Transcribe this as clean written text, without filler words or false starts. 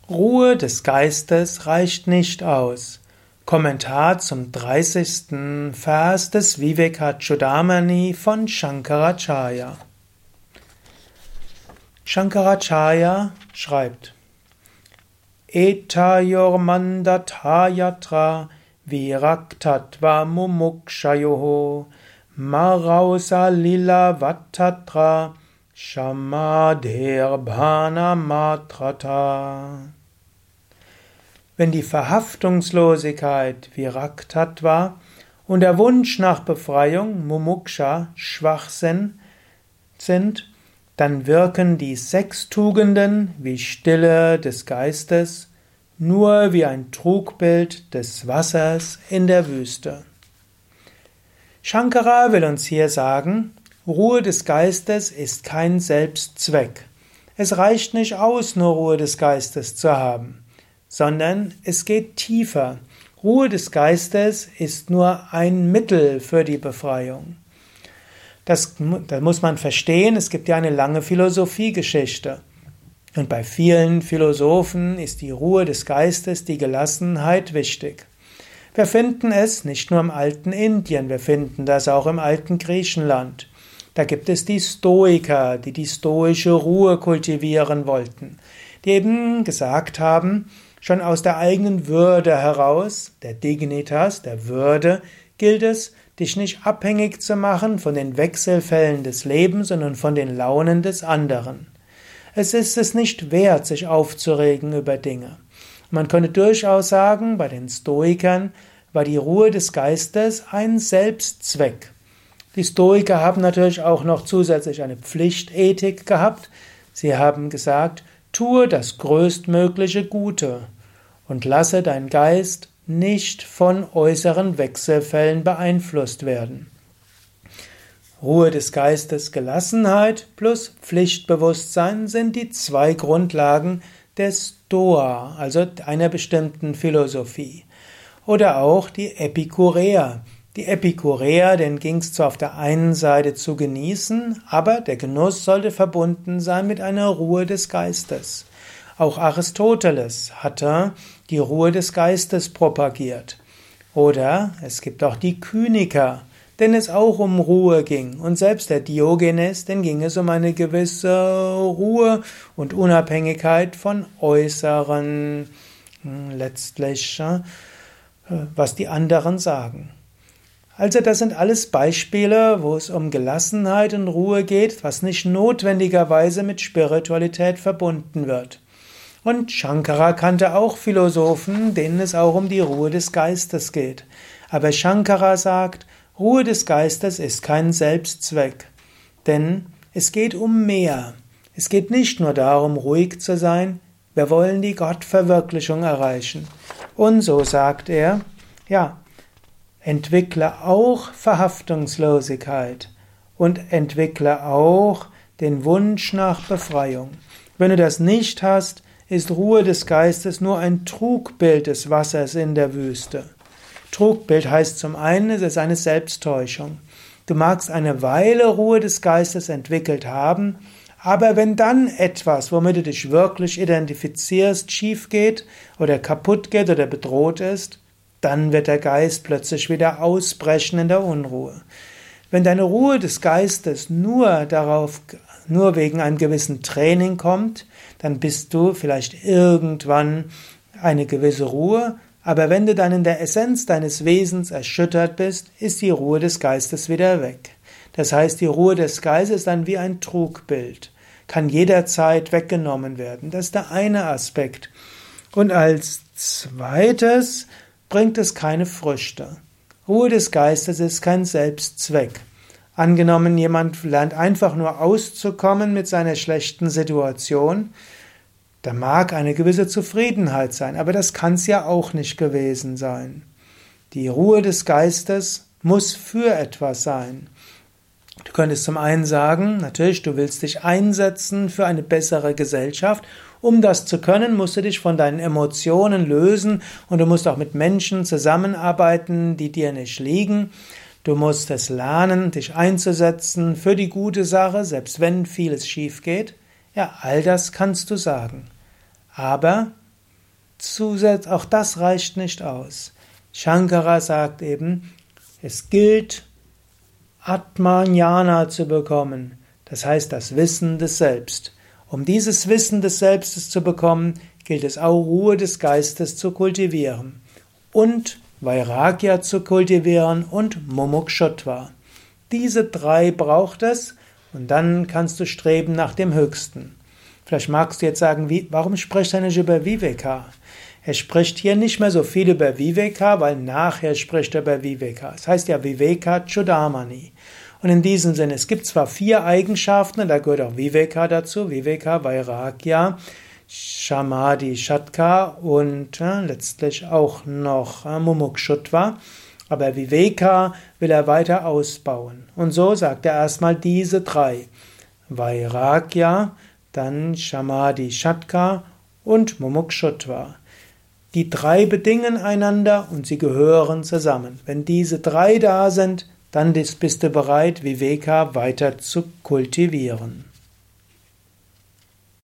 Ruhe des Geistes reicht nicht aus. Kommentar zum 30. Vers des Vivekachudamani von Shankaracharya. Shankaracharya schreibt: Etayormandatayatra viraktatva mumukshayoho marausa lila vattatra shamadhirbhana matrata. Wenn die Verhaftungslosigkeit Viraktattva und der Wunsch nach Befreiung Mumuksha schwach sind, dann wirken die 6 Tugenden wie Stille des Geistes nur wie ein Trugbild des Wassers in der Wüste. Shankara will uns hier sagen, Ruhe des Geistes ist kein Selbstzweck. Es reicht nicht aus, nur Ruhe des Geistes zu haben, sondern es geht tiefer. Ruhe des Geistes ist nur ein Mittel für die Befreiung. Das muss man verstehen, es gibt ja eine lange Philosophiegeschichte. Und bei vielen Philosophen ist die Ruhe des Geistes, die Gelassenheit wichtig. Wir finden es nicht nur im alten Indien, wir finden das auch im alten Griechenland. Da gibt es die Stoiker, die die stoische Ruhe kultivieren wollten, die eben gesagt haben, schon aus der eigenen Würde heraus, der Dignitas, der Würde, gilt es, dich nicht abhängig zu machen von den Wechselfällen des Lebens, sondern von den Launen des anderen. Es ist es nicht wert, sich aufzuregen über Dinge. Man könnte durchaus sagen, bei den Stoikern war die Ruhe des Geistes ein Selbstzweck. Die Stoiker haben natürlich auch noch zusätzlich eine Pflichtethik gehabt. Sie haben gesagt, tue das größtmögliche Gute und lasse dein Geist nicht von äußeren Wechselfällen beeinflusst werden. Ruhe des Geistes, Gelassenheit plus Pflichtbewusstsein sind die 2 Grundlagen der Stoa, also einer bestimmten Philosophie. Oder auch die Epikureer. Die Epikureer, denen ging es zwar auf der einen Seite zu genießen, aber der Genuss sollte verbunden sein mit einer Ruhe des Geistes. Auch Aristoteles hatte die Ruhe des Geistes propagiert. Oder es gibt auch die Kyniker, denen es auch um Ruhe ging. Und selbst der Diogenes, den ging es um eine gewisse Ruhe und Unabhängigkeit von äußeren, letztlich, was die anderen sagen. Also das sind alles Beispiele, wo es um Gelassenheit und Ruhe geht, was nicht notwendigerweise mit Spiritualität verbunden wird. Und Shankara kannte auch Philosophen, denen es auch um die Ruhe des Geistes geht. Aber Shankara sagt, Ruhe des Geistes ist kein Selbstzweck, denn es geht um mehr. Es geht nicht nur darum, ruhig zu sein, wir wollen die Gottverwirklichung erreichen. Und so sagt er, ja, entwickle auch Verhaftungslosigkeit und entwickle auch den Wunsch nach Befreiung. Wenn du das nicht hast, ist Ruhe des Geistes nur ein Trugbild des Wassers in der Wüste. Trugbild heißt zum einen, es ist eine Selbsttäuschung. Du magst eine Weile Ruhe des Geistes entwickelt haben, aber wenn dann etwas, womit du dich wirklich identifizierst, schief geht oder kaputt geht oder bedroht ist, dann wird der Geist plötzlich wieder ausbrechen in der Unruhe. Wenn deine Ruhe des Geistes nur wegen einem gewissen Training kommt, dann bist du vielleicht irgendwann eine gewisse Ruhe, aber wenn du dann in der Essenz deines Wesens erschüttert bist, ist die Ruhe des Geistes wieder weg. Das heißt, die Ruhe des Geistes ist dann wie ein Trugbild, kann jederzeit weggenommen werden. Das ist der eine Aspekt. Und als zweites bringt es keine Früchte. Ruhe des Geistes ist kein Selbstzweck. Angenommen, jemand lernt einfach nur auszukommen mit seiner schlechten Situation, da mag eine gewisse Zufriedenheit sein, aber das kann es ja auch nicht gewesen sein. Die Ruhe des Geistes muss für etwas sein. Du könntest zum einen sagen, natürlich, du willst dich einsetzen für eine bessere Gesellschaft. Um das zu können, musst du dich von deinen Emotionen lösen und du musst auch mit Menschen zusammenarbeiten, die dir nicht liegen. Du musst es lernen, dich einzusetzen für die gute Sache, selbst wenn vieles schief geht. Ja, all das kannst du sagen. Aber auch das reicht nicht aus. Shankara sagt eben, es gilt, Atmajnana zu bekommen, das heißt das Wissen des Selbst. Um dieses Wissen des Selbstes zu bekommen, gilt es auch, Ruhe des Geistes zu kultivieren und Vairagya zu kultivieren und Mumukshutva. Diese drei braucht es und dann kannst du streben nach dem Höchsten. Vielleicht magst du jetzt sagen, warum spricht er nicht über Viveka? Er spricht hier nicht mehr so viel über Viveka, weil nachher spricht er über Viveka. Es heißt ja Viveka Chudamani. Und in diesem Sinne, es gibt zwar 4 Eigenschaften, und da gehört auch Viveka dazu, Viveka, Vairagya, Samadhi, Shatka und letztlich auch noch Mumukshutva. Aber Viveka will er weiter ausbauen. Und so sagt er erstmal diese 3. Vairagya, dann Samadhi, Shatka und Mumukshutva. Die 3 bedingen einander und sie gehören zusammen. Wenn diese 3 da sind, dann bist du bereit, Viveka weiter zu kultivieren.